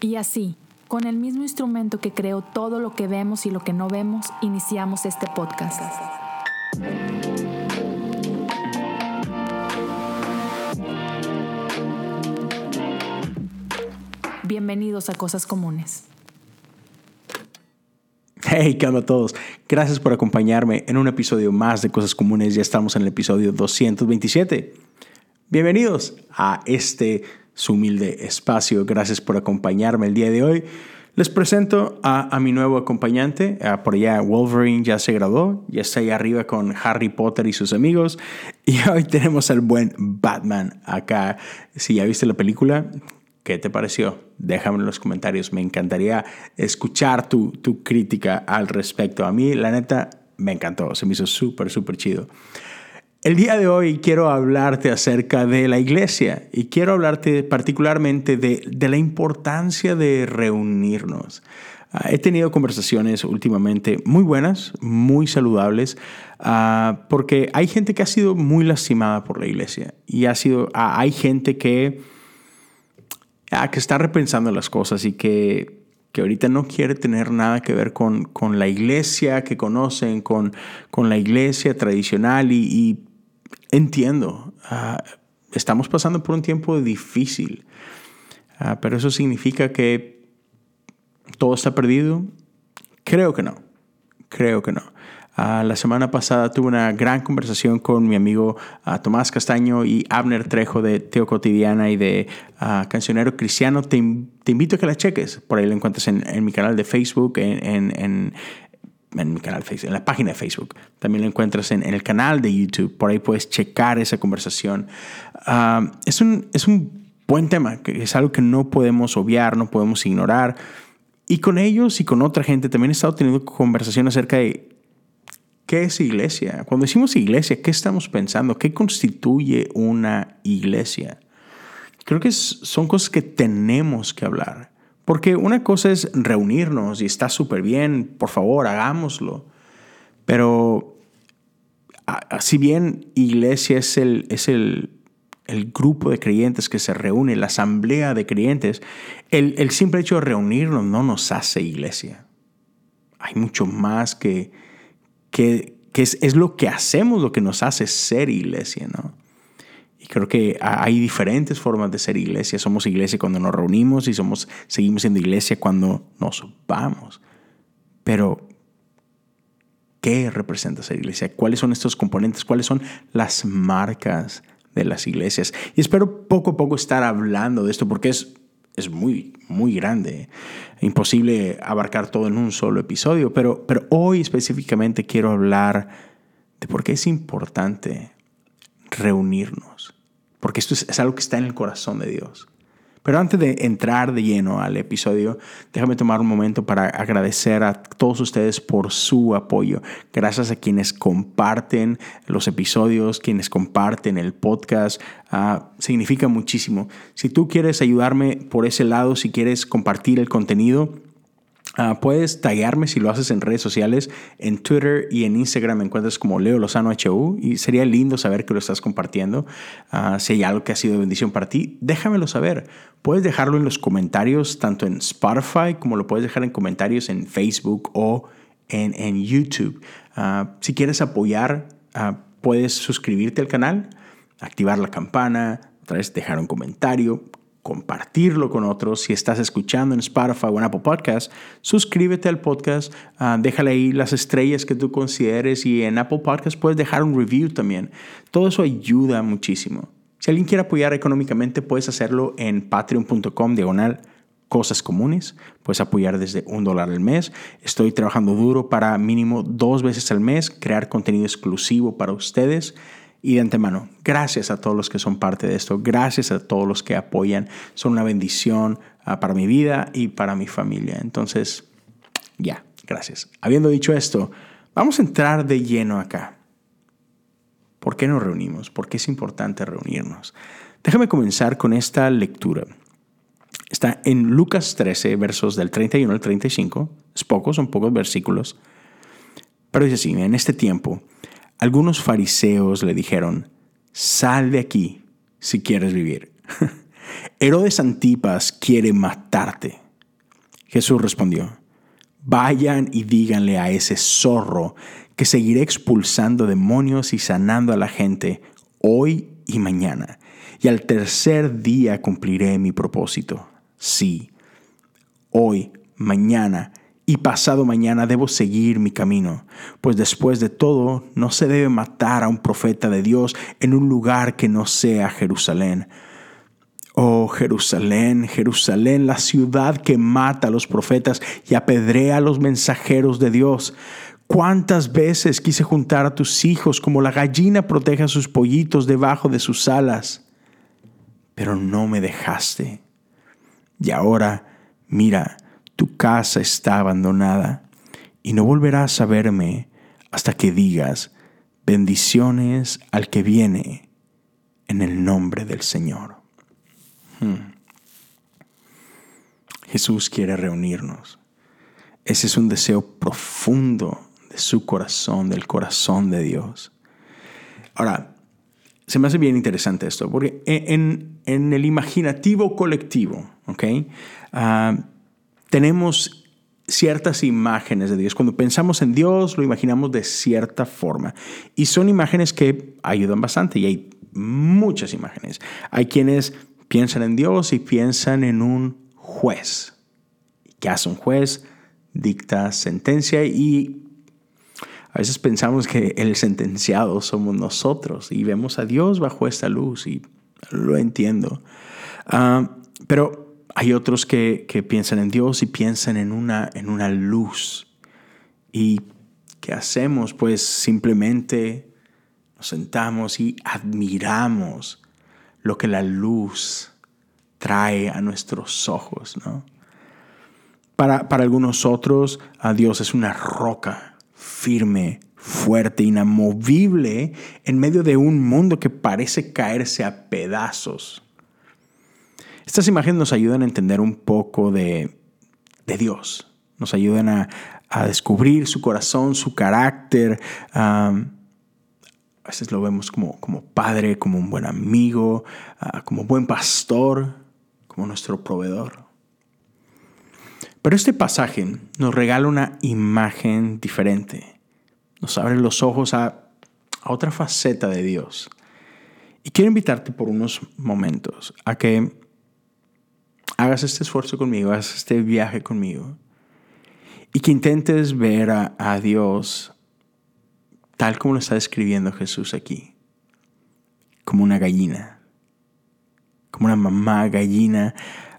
Y así, con el mismo instrumento que creó todo lo que vemos y lo que no vemos, iniciamos este podcast. Bienvenidos a Cosas Comunes. Hey, ¿qué onda a todos? Gracias por acompañarme en un episodio más de Cosas Comunes. Ya estamos en el episodio 227. Bienvenidos a su humilde espacio. Gracias por acompañarme el día de hoy. Les presento a mi nuevo acompañante. Por allá Wolverine ya se graduó. Ya está ahí arriba con Harry Potter y sus amigos. Y hoy tenemos al buen Batman acá. Si ya viste la película, ¿qué te pareció? Déjame en los comentarios. Me encantaría escuchar tu crítica al respecto. A mí, la neta, me encantó. Se me hizo súper chido. El día de hoy quiero hablarte acerca de la iglesia y quiero hablarte particularmente de la importancia de reunirnos. He tenido conversaciones últimamente muy buenas, muy saludables, porque hay gente que ha sido muy lastimada por la iglesia y hay gente que está repensando las cosas y que ahorita no quiere tener nada que ver con la iglesia que conocen, con la iglesia tradicional y entiendo. Estamos pasando por un tiempo difícil, pero eso significa que todo está perdido. Creo que no. La semana pasada tuve una gran conversación con mi amigo Tomás Castaño y Abner Trejo de Teo Cotidiana y de Cancionero Cristiano. Te invito a que la cheques. Por ahí lo encuentras en mi canal de Facebook, en mi canal Facebook, en la página de Facebook. También lo encuentras en el canal de YouTube. Por ahí puedes checar esa conversación. Es un buen tema, que es algo que no podemos obviar, no podemos ignorar. Y con ellos y con otra gente también he estado teniendo conversación acerca de ¿qué es iglesia? Cuando decimos iglesia, ¿qué estamos pensando? ¿Qué constituye una iglesia? Creo que son cosas que tenemos que hablar. Porque una cosa es reunirnos y está súper bien, por favor, hagámoslo. Pero si bien iglesia es el grupo de creyentes que se reúne, la asamblea de creyentes, el simple hecho de reunirnos no nos hace iglesia. Hay mucho más que es lo que hacemos lo que nos hace ser iglesia, ¿no? Y creo que hay diferentes formas de ser iglesia. Somos iglesia cuando nos reunimos y seguimos siendo iglesia cuando nos vamos. Pero, ¿qué representa ser iglesia? ¿Cuáles son estos componentes? ¿Cuáles son las marcas de las iglesias? Y espero poco a poco estar hablando de esto porque es muy, muy grande. Imposible abarcar todo en un solo episodio. Pero hoy específicamente quiero hablar de por qué es importante reunirnos. Porque esto es algo que está en el corazón de Dios. Pero antes de entrar de lleno al episodio, déjame tomar un momento para agradecer a todos ustedes por su apoyo. Gracias a quienes comparten los episodios, quienes comparten el podcast. Significa muchísimo. Si tú quieres ayudarme por ese lado, si quieres compartir el contenido, puedes taguearme si lo haces en redes sociales. En Twitter y en Instagram me encuentras como Leo Lozano HU y sería lindo saber que lo estás compartiendo. Si hay algo que ha sido de bendición para ti, déjamelo saber. Puedes dejarlo en los comentarios tanto en Spotify como lo puedes dejar en comentarios en Facebook o en YouTube. Si quieres apoyar, puedes suscribirte al canal, activar la campana, otra vez dejar un comentario, compartirlo con otros. Si estás escuchando en Spotify o en Apple Podcasts, suscríbete al podcast, déjale ahí las estrellas que tú consideres y en Apple Podcasts puedes dejar un review también. Todo eso ayuda muchísimo. Si alguien quiere apoyar económicamente, puedes hacerlo en patreon.com/Cosas Comunes. Puedes apoyar desde $1 al mes. Estoy trabajando duro para mínimo 2 veces al mes crear contenido exclusivo para ustedes. Y de antemano, gracias a todos los que son parte de esto. Gracias a todos los que apoyan. Son una bendición para mi vida y para mi familia. Entonces, gracias. Habiendo dicho esto, vamos a entrar de lleno acá. ¿Por qué nos reunimos? ¿Por qué es importante reunirnos? Déjame comenzar con esta lectura. Está en Lucas 13, versos del 31 al 35. Son pocos versículos. Pero dice así: en este tiempo, algunos fariseos le dijeron: sal de aquí si quieres vivir. Herodes Antipas quiere matarte. Jesús respondió: vayan y díganle a ese zorro que seguiré expulsando demonios y sanando a la gente hoy y mañana, y al tercer día cumpliré mi propósito. Sí, hoy, mañana y pasado mañana debo seguir mi camino, pues después de todo no se debe matar a un profeta de Dios en un lugar que no sea Jerusalén. Oh Jerusalén, Jerusalén, la ciudad que mata a los profetas y apedrea a los mensajeros de Dios. ¿Cuántas veces quise juntar a tus hijos como la gallina protege a sus pollitos debajo de sus alas? Pero no me dejaste. Y ahora, mira, tu casa está abandonada y no volverás a verme hasta que digas: bendiciones al que viene en el nombre del Señor. Jesús quiere reunirnos. Ese es un deseo profundo de su corazón, del corazón de Dios. Ahora, se me hace bien interesante esto, porque en el imaginativo colectivo, ¿okay? Tenemos ciertas imágenes de Dios. Cuando pensamos en Dios, lo imaginamos de cierta forma. Y son imágenes que ayudan bastante, y hay muchas imágenes. Hay quienes piensan en Dios y piensan en un juez. ¿Qué hace un juez? Dicta sentencia, y a veces pensamos que el sentenciado somos nosotros y vemos a Dios bajo esta luz, y lo entiendo. Pero hay otros que piensan en Dios y piensan en una luz. ¿Y qué hacemos? Pues simplemente nos sentamos y admiramos lo que la luz trae a nuestros ojos, ¿no? Para algunos otros, Dios es una roca firme, fuerte, inamovible en medio de un mundo que parece caerse a pedazos. Estas imágenes nos ayudan a entender un poco de Dios. Nos ayudan a descubrir su corazón, su carácter. A veces lo vemos como padre, como un buen amigo, como buen pastor, como nuestro proveedor. Pero este pasaje nos regala una imagen diferente. Nos abre los ojos a otra faceta de Dios. Y quiero invitarte por unos momentos a que hagas este esfuerzo conmigo, hagas este viaje conmigo, y que intentes ver a Dios tal como lo está describiendo Jesús aquí, como una gallina, como una mamá gallina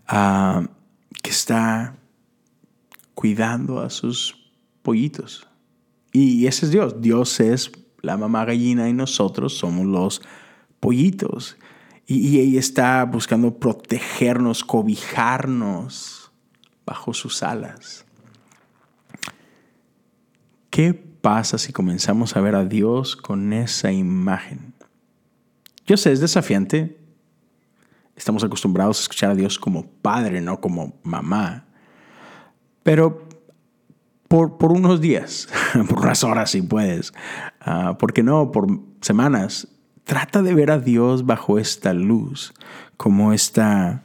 que está cuidando a sus pollitos. Y ese es Dios. Dios es la mamá gallina y nosotros somos los pollitos. Y ella está buscando protegernos, cobijarnos bajo sus alas. ¿Qué pasa si comenzamos a ver a Dios con esa imagen? Yo sé, es desafiante. Estamos acostumbrados a escuchar a Dios como padre, no como mamá. Pero por unos días, por unas horas si puedes, ¿por qué no? Por semanas, trata de ver a Dios bajo esta luz, como esta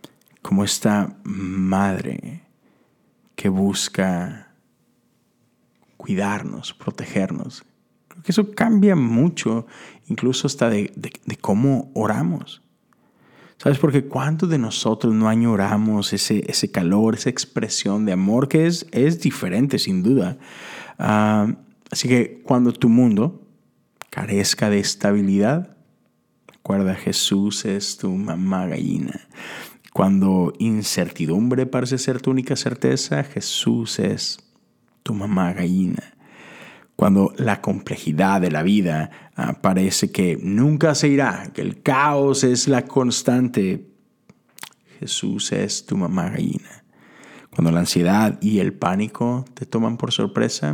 madre que busca cuidarnos, protegernos. Creo que eso cambia mucho, incluso hasta de cómo oramos. ¿Sabes? Porque ¿cuántos de nosotros no añoramos ese calor, esa expresión de amor que es diferente sin duda? Así que cuando tu mundo carezca de estabilidad, recuerda, Jesús es tu mamá gallina. Cuando incertidumbre parece ser tu única certeza, Jesús es tu mamá gallina. Cuando la complejidad de la vida parece que nunca se irá, que el caos es la constante, Jesús es tu mamá gallina. Cuando la ansiedad y el pánico te toman por sorpresa,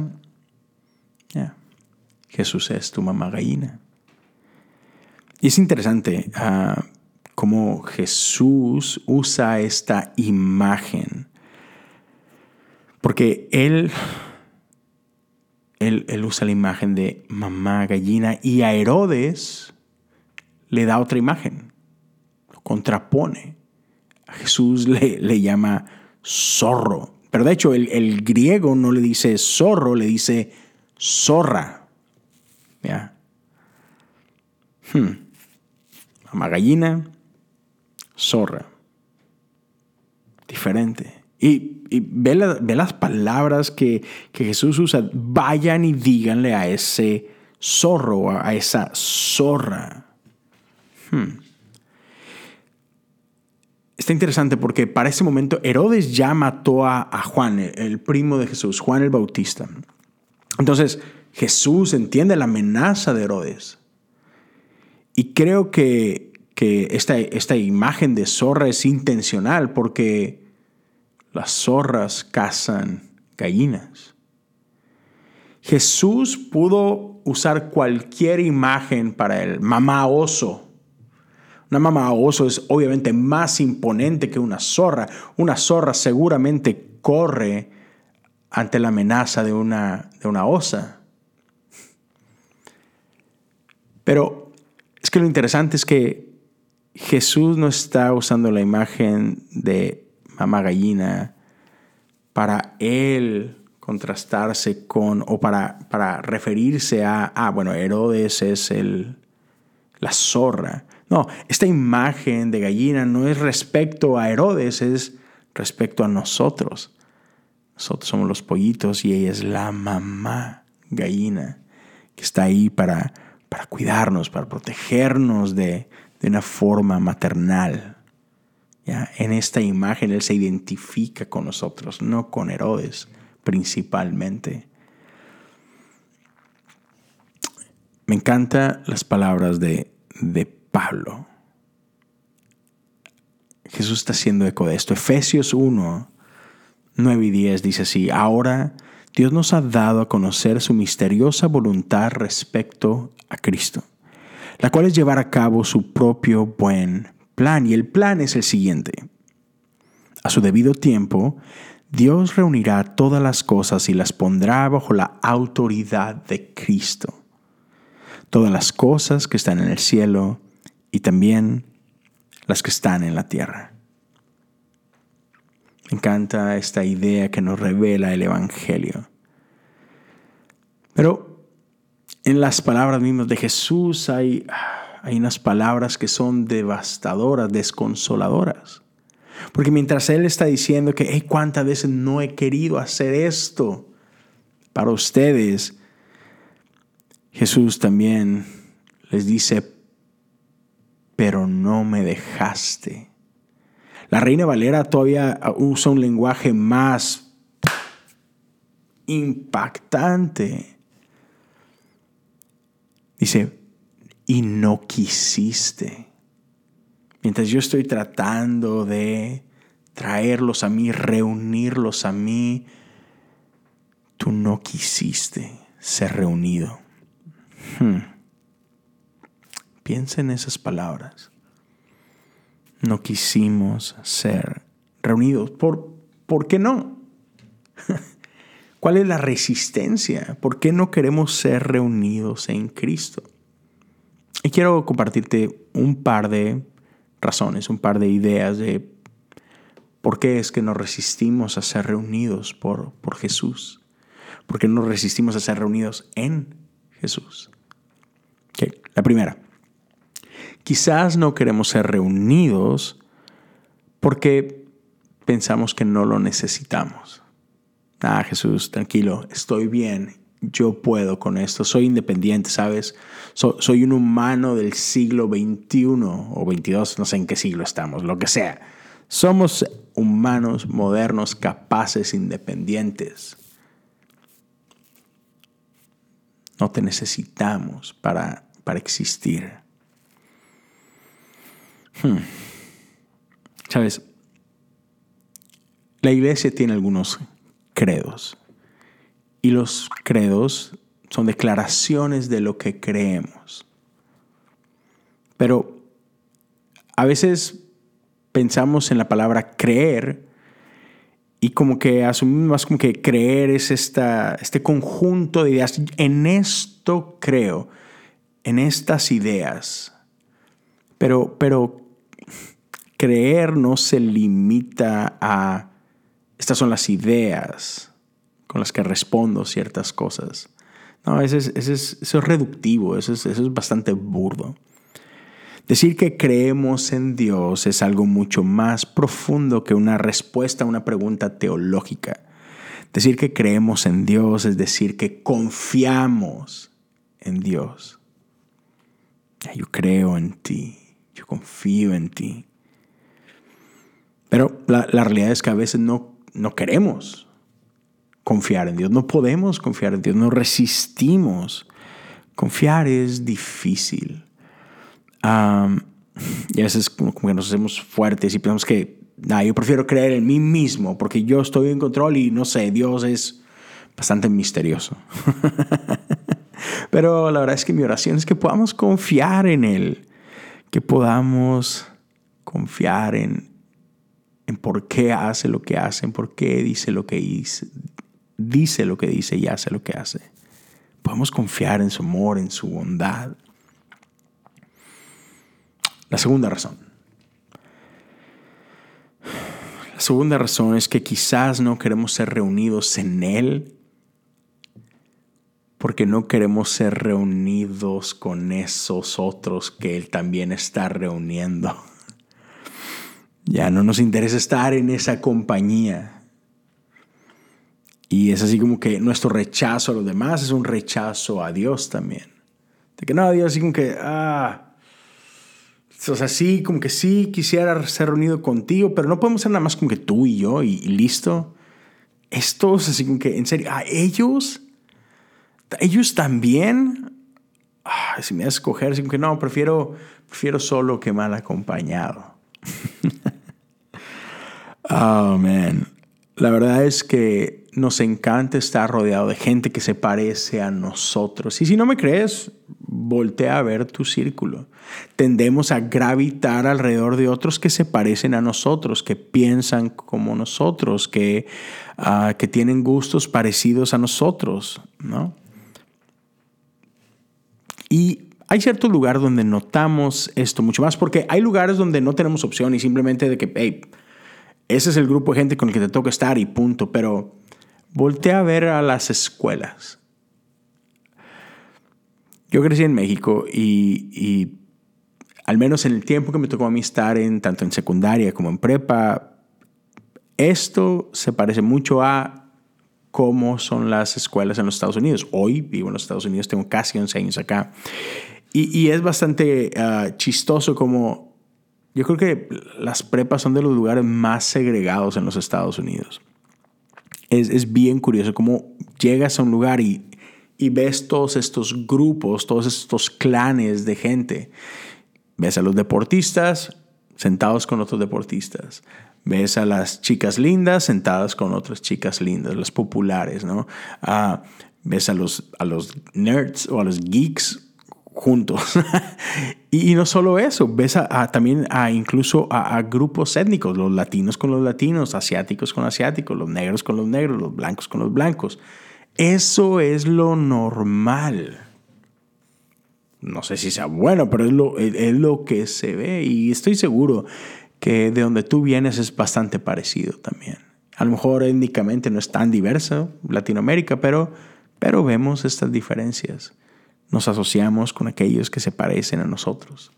Jesús es tu mamá gallina. Y es interesante cómo Jesús usa esta imagen, porque Él usa la imagen de mamá gallina, y a Herodes le da otra imagen, lo contrapone. A Jesús le llama zorro, Pero de hecho el griego no le dice zorro, le dice zorra. ¿Ya? Mamá gallina, zorra. Diferente. Y ve las palabras que Jesús usa. Vayan y díganle a ese zorro, a esa zorra. Está interesante porque para ese momento Herodes ya mató a Juan, el primo de Jesús, Juan el Bautista. Entonces Jesús entiende la amenaza de Herodes. Y creo que esta imagen de zorra es intencional porque las zorras cazan gallinas. Jesús pudo usar cualquier imagen para el mamá oso. Una mamá oso es obviamente más imponente que una zorra. Una zorra seguramente corre ante la amenaza de una osa. Pero es que lo interesante es que Jesús no está usando la imagen de mamá gallina para él contrastarse con o para referirse a bueno, Herodes es la zorra. No, esta imagen de gallina no es respecto a Herodes, es respecto a nosotros. Nosotros somos los pollitos y ella es la mamá gallina que está ahí para cuidarnos, para protegernos de una forma maternal. ¿Ya? En esta imagen Él se identifica con nosotros, no con Herodes principalmente. Me encantan las palabras de Pablo. Jesús está haciendo eco de esto. Efesios 1, 9 y 10 dice así: ahora Dios nos ha dado a conocer su misteriosa voluntad respecto a Cristo, la cual es llevar a cabo su propio buen plan. Y el plan es el siguiente: a su debido tiempo, Dios reunirá todas las cosas y las pondrá bajo la autoridad de Cristo. Todas las cosas que están en el cielo y también las que están en la tierra. Me encanta esta idea que nos revela el Evangelio. Pero en las palabras mismas de Jesús hay unas palabras que son devastadoras, desconsoladoras. Porque mientras Él está diciendo que cuántas veces no he querido hacer esto para ustedes, Jesús también les dice, pero no me dejaste. La Reina Valera todavía usa un lenguaje más impactante. Dice, y no quisiste. Mientras yo estoy tratando de traerlos a mí, reunirlos a mí, tú no quisiste ser reunido. Piensa en esas palabras. No quisimos ser reunidos. ¿Por qué no? ¿Cuál es la resistencia? ¿Por qué no queremos ser reunidos en Cristo? Y quiero compartirte un par de razones, un par de ideas de por qué es que nos resistimos a ser reunidos por Jesús. ¿Por qué nos resistimos a ser reunidos en Jesús? Okay. La primera, quizás no queremos ser reunidos porque pensamos que no lo necesitamos. Jesús, tranquilo, estoy bien, yo puedo con esto, soy independiente, ¿sabes? Soy un humano del siglo XXI o XXII, no sé en qué siglo estamos, lo que sea. Somos humanos modernos, capaces, independientes. No te necesitamos para existir. ¿Sabes? La iglesia tiene algunos credos. Y los credos son declaraciones de lo que creemos. Pero a veces pensamos en la palabra creer y como que asumimos más como que creer es este conjunto de ideas. En esto creo, en estas ideas. Pero creer no se limita a Estas son las ideas con las que respondo ciertas cosas. No, eso es reductivo, eso es bastante burdo. Decir que creemos en Dios es algo mucho más profundo que una respuesta a una pregunta teológica. Decir que creemos en Dios es decir que confiamos en Dios. Yo creo en ti, yo confío en ti. Pero la realidad es que a veces no queremos confiar en Dios, no podemos confiar en Dios, nos resistimos. Confiar es difícil. Y a veces como que nos hacemos fuertes y pensamos que yo prefiero creer en mí mismo porque yo estoy en control y no sé, Dios es bastante misterioso. Pero la verdad es que mi oración es que podamos confiar en Él, que podamos confiar en por qué hace lo que hace, en por qué dice lo que dice lo que dice y hace lo que hace. Podemos confiar en su amor, en su bondad. La segunda razón. La segunda razón es que quizás no queremos ser reunidos en Él porque no queremos ser reunidos con esos otros que Él también está reuniendo. Ya no nos interesa estar en esa compañía. Y es así como que nuestro rechazo a los demás es un rechazo a Dios también. De que no, Dios, así como que, o sea, sí, como que sí quisiera ser reunido contigo, pero no podemos ser nada más como que tú y yo y listo. Estos, así como que, en serio, ellos también. Si me das a escoger, así como que no, prefiero solo que mal acompañado. Oh, man. La verdad es que nos encanta estar rodeado de gente que se parece a nosotros. Y si no me crees, voltea a ver tu círculo. Tendemos a gravitar alrededor de otros que se parecen a nosotros, que piensan como nosotros, que tienen gustos parecidos a nosotros, ¿no? Y hay cierto lugar donde notamos esto mucho más, porque hay lugares donde no tenemos opción y simplemente de que, ese es el grupo de gente con el que te toca estar y punto. Pero voltea a ver a las escuelas. Yo crecí en México y al menos en el tiempo que me tocó a mí estar tanto en secundaria como en prepa, esto se parece mucho a cómo son las escuelas en los Estados Unidos. Hoy vivo en los Estados Unidos, tengo casi 11 años acá. Y es bastante chistoso como yo creo que las prepas son de los lugares más segregados en los Estados Unidos. Es bien curioso cómo llegas a un lugar y ves todos estos grupos, todos estos clanes de gente. Ves a los deportistas sentados con otros deportistas. Ves a las chicas lindas sentadas con otras chicas lindas, las populares, ¿no? Ves a los nerds o a los geeks juntos. Y no solo eso, ves también incluso a grupos étnicos, los latinos con los latinos, asiáticos con asiáticos, los negros con los negros, los blancos con los blancos. Eso es lo normal. No sé si sea bueno, pero es lo que se ve. Y estoy seguro que de donde tú vienes es bastante parecido también. A lo mejor étnicamente no es tan diverso Latinoamérica, pero vemos estas diferencias. Nos asociamos con aquellos que se parecen a nosotros.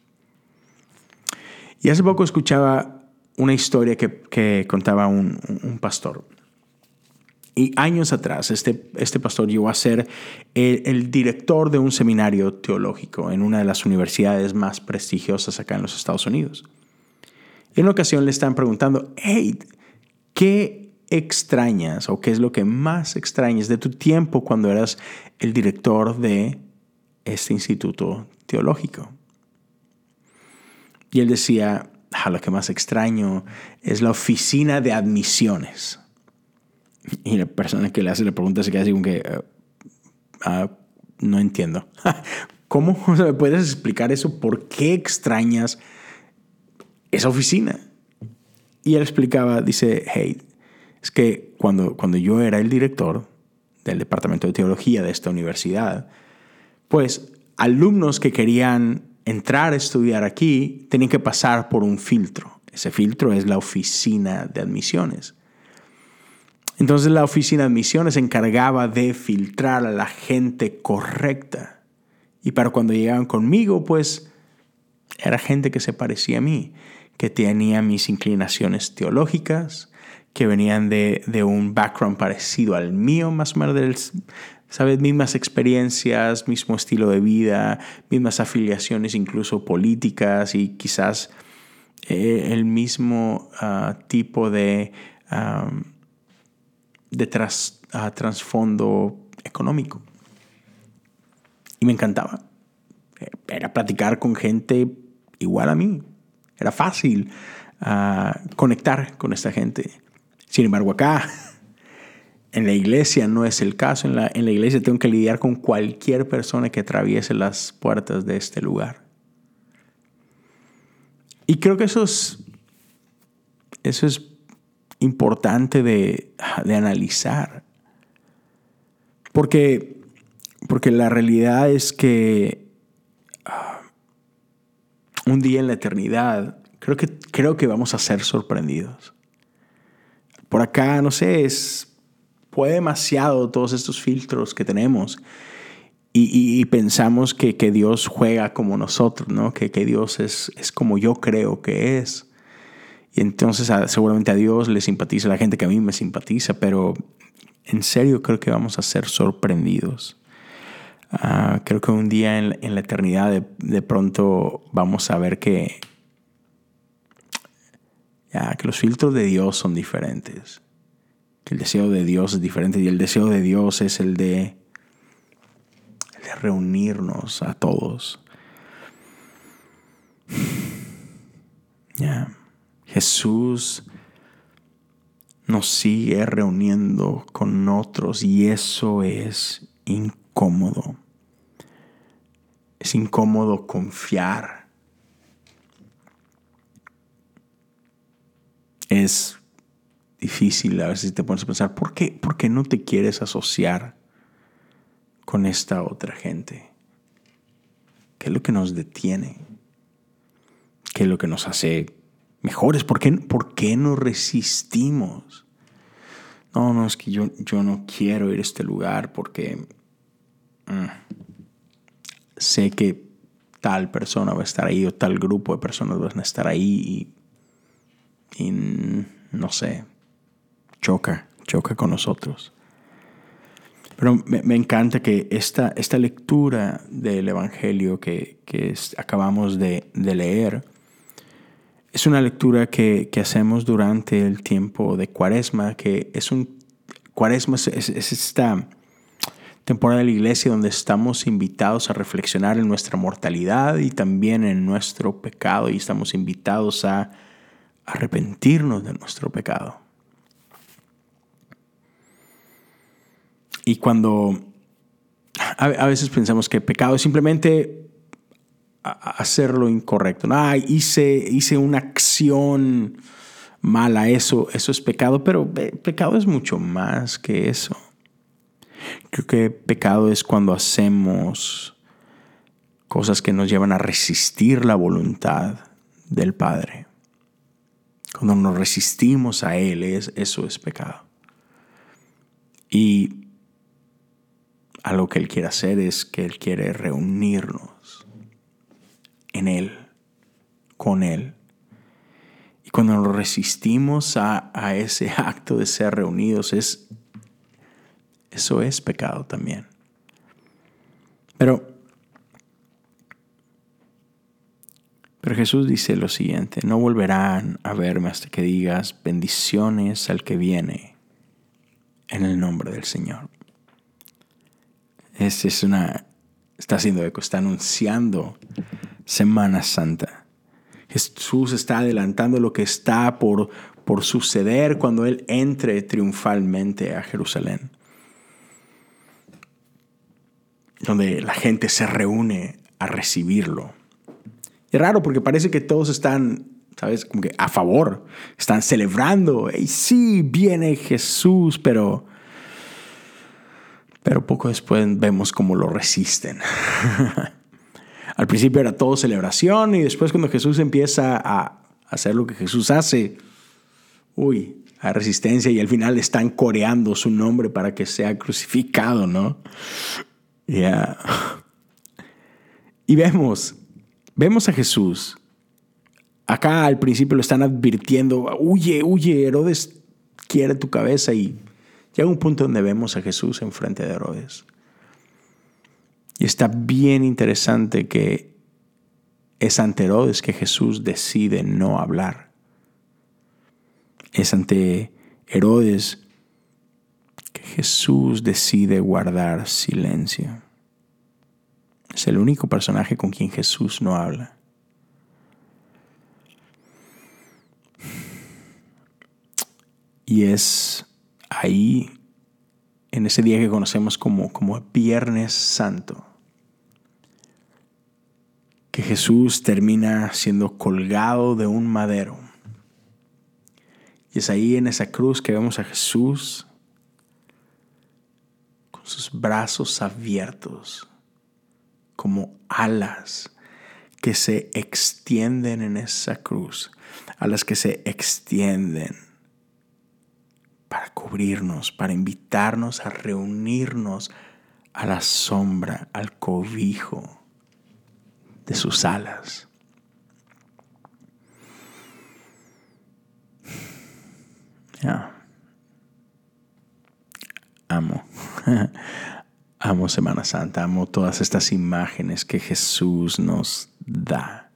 Y hace poco escuchaba una historia que contaba un pastor. Y años atrás, este pastor llegó a ser el director de un seminario teológico en una de las universidades más prestigiosas acá en los Estados Unidos. Y en una ocasión le están preguntando, ¿qué extrañas o qué es lo que más extrañas de tu tiempo cuando eras el director de este instituto teológico? Y él decía, lo que más extraño es la oficina de admisiones. Y la persona que le hace la pregunta se queda así como que, no entiendo. ¿Cómo? ¿Me puedes explicar eso? ¿Por qué extrañas esa oficina? Y él explicaba, dice, es que cuando yo era el director del departamento de teología de esta universidad, pues alumnos que querían entrar a estudiar aquí tenían que pasar por un filtro. Ese filtro es la oficina de admisiones. Entonces la oficina de admisiones se encargaba de filtrar a la gente correcta. Y para cuando llegaban conmigo, pues era gente que se parecía a mí, que tenía mis inclinaciones teológicas, que venían de un background parecido al mío, más o menos, ¿sabes? Mismas experiencias, mismo estilo de vida, mismas afiliaciones incluso políticas y quizás el mismo tipo de trasfondo económico. Y me encantaba. Era platicar con gente igual a mí. Era fácil conectar con esta gente. Sin embargo, acá, en la iglesia no es el caso. En la iglesia tengo que lidiar con cualquier persona que atraviese las puertas de este lugar. Y creo que eso es importante de analizar. Porque la realidad es que un día en la eternidad creo que vamos a ser sorprendidos. Por acá, no sé, fue demasiado todos estos filtros que tenemos y pensamos que Dios juega como nosotros, ¿no? Que Dios es como yo creo que es. Y entonces seguramente a Dios le simpatiza la gente que a mí me simpatiza, pero en serio creo que vamos a ser sorprendidos. Creo que un día en la eternidad de pronto vamos a ver que los filtros de Dios son diferentes, que el deseo de Dios es diferente y el deseo de Dios es el de reunirnos a todos. Jesús nos sigue reuniendo con otros y eso es incómodo. Es incómodo confiar. Es difícil a veces te pones a pensar, ¿por qué no te quieres asociar con esta otra gente? ¿Qué es lo que nos detiene? ¿Qué es lo que nos hace mejores? ¿Por qué nos resistimos? No, es que yo no quiero ir a este lugar porque sé que tal persona va a estar ahí o tal grupo de personas van a estar ahí y no sé, choca con nosotros. Pero me encanta que esta lectura del Evangelio que acabamos de leer es una lectura que hacemos durante el tiempo de Cuaresma, que Cuaresma es esta temporada de la iglesia donde estamos invitados a reflexionar en nuestra mortalidad y también en nuestro pecado y estamos invitados a arrepentirnos de nuestro pecado. Y cuando a veces pensamos que pecado es simplemente hacer lo incorrecto. Hice una acción mala, eso es pecado, pero pecado es mucho más que eso. Creo que pecado es cuando hacemos cosas que nos llevan a resistir la voluntad del Padre. Cuando nos resistimos a Él, eso es pecado. Y algo que Él quiere hacer es que Él quiere reunirnos en Él, con Él. Y cuando nos resistimos a ese acto de ser reunidos, eso es pecado también. Pero Jesús dice lo siguiente: no volverán a verme hasta que digas bendiciones al que viene en el nombre del Señor. Está haciendo eco, está anunciando Semana Santa. Jesús está adelantando lo que está por suceder cuando Él entre triunfalmente a Jerusalén, donde la gente se reúne a recibirlo. Es raro porque parece que todos están, ¿sabes?, como que a favor, están celebrando. Y sí, viene Jesús, pero poco después vemos cómo lo resisten. Al principio era todo celebración y después cuando Jesús empieza a hacer lo que Jesús hace, resistencia y al final están coreando su nombre para que sea crucificado, ¿no? Yeah. Y vemos a Jesús. Acá al principio lo están advirtiendo, huye, Herodes quiere tu cabeza, y llega un punto donde vemos a Jesús enfrente de Herodes. Y está bien interesante que es ante Herodes que Jesús decide no hablar. Es ante Herodes que Jesús decide guardar silencio. Es el único personaje con quien Jesús no habla. Y es ahí, en ese día que conocemos como Viernes Santo, que Jesús termina siendo colgado de un madero. Y es ahí en esa cruz que vemos a Jesús con sus brazos abiertos, como alas que se extienden en esa cruz, alas que se extienden para cubrirnos, para invitarnos a reunirnos a la sombra, al cobijo de sus alas. Amo Semana Santa, amo todas estas imágenes que Jesús nos da.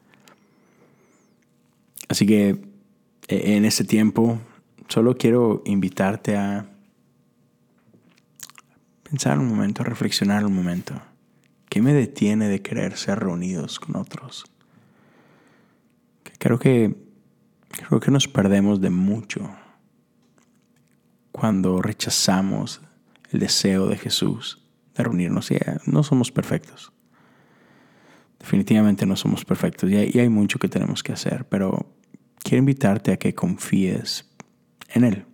Así que en este tiempo solo quiero invitarte a pensar un momento, a reflexionar un momento. ¿Qué me detiene de querer ser reunidos con otros? Creo que nos perdemos de mucho cuando rechazamos el deseo de Jesús de reunirnos. Y no somos perfectos. Definitivamente no somos perfectos. Y hay mucho que tenemos que hacer. Pero quiero invitarte a que confíes en Él.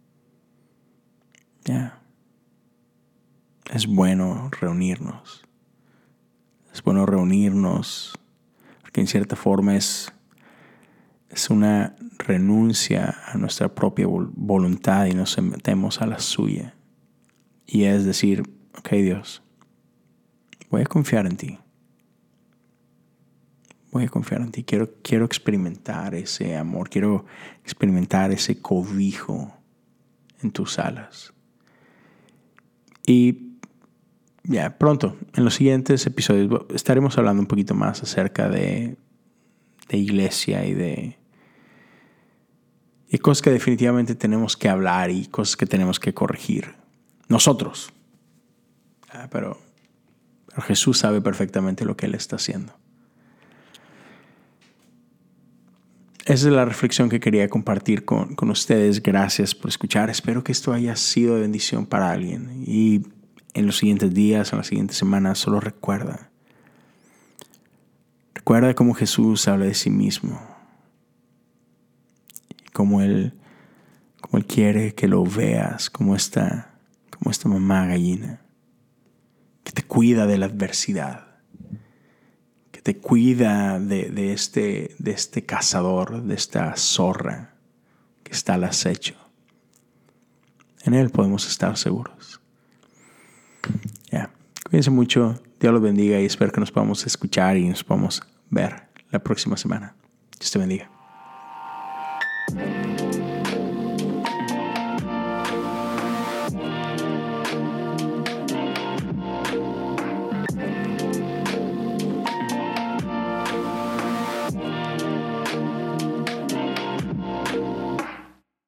Es bueno reunirnos. Es bueno reunirnos porque en cierta forma es una renuncia a nuestra propia voluntad y nos sometemos a la suya. Y es decir, ok, Dios, voy a confiar en ti. Voy a confiar en ti. Quiero experimentar ese amor. Quiero experimentar ese cobijo en tus alas. Y pronto, en los siguientes episodios, estaremos hablando un poquito más acerca de iglesia y de cosas que definitivamente tenemos que hablar y cosas que tenemos que corregir. Nosotros. Pero Jesús sabe perfectamente lo que Él está haciendo. Esa es la reflexión que quería compartir con ustedes. Gracias por escuchar. Espero que esto haya sido de bendición para alguien. Y en los siguientes días, en las siguientes semanas, solo recuerda cómo Jesús habla de sí mismo. Cómo Él quiere que lo veas como esta mamá gallina que te cuida de la adversidad, que te cuida de este cazador, de esta zorra que está al acecho. En Él podemos estar seguros. Cuídense mucho, Dios los bendiga y espero que nos podamos escuchar y nos podamos ver la próxima semana. Dios te bendiga.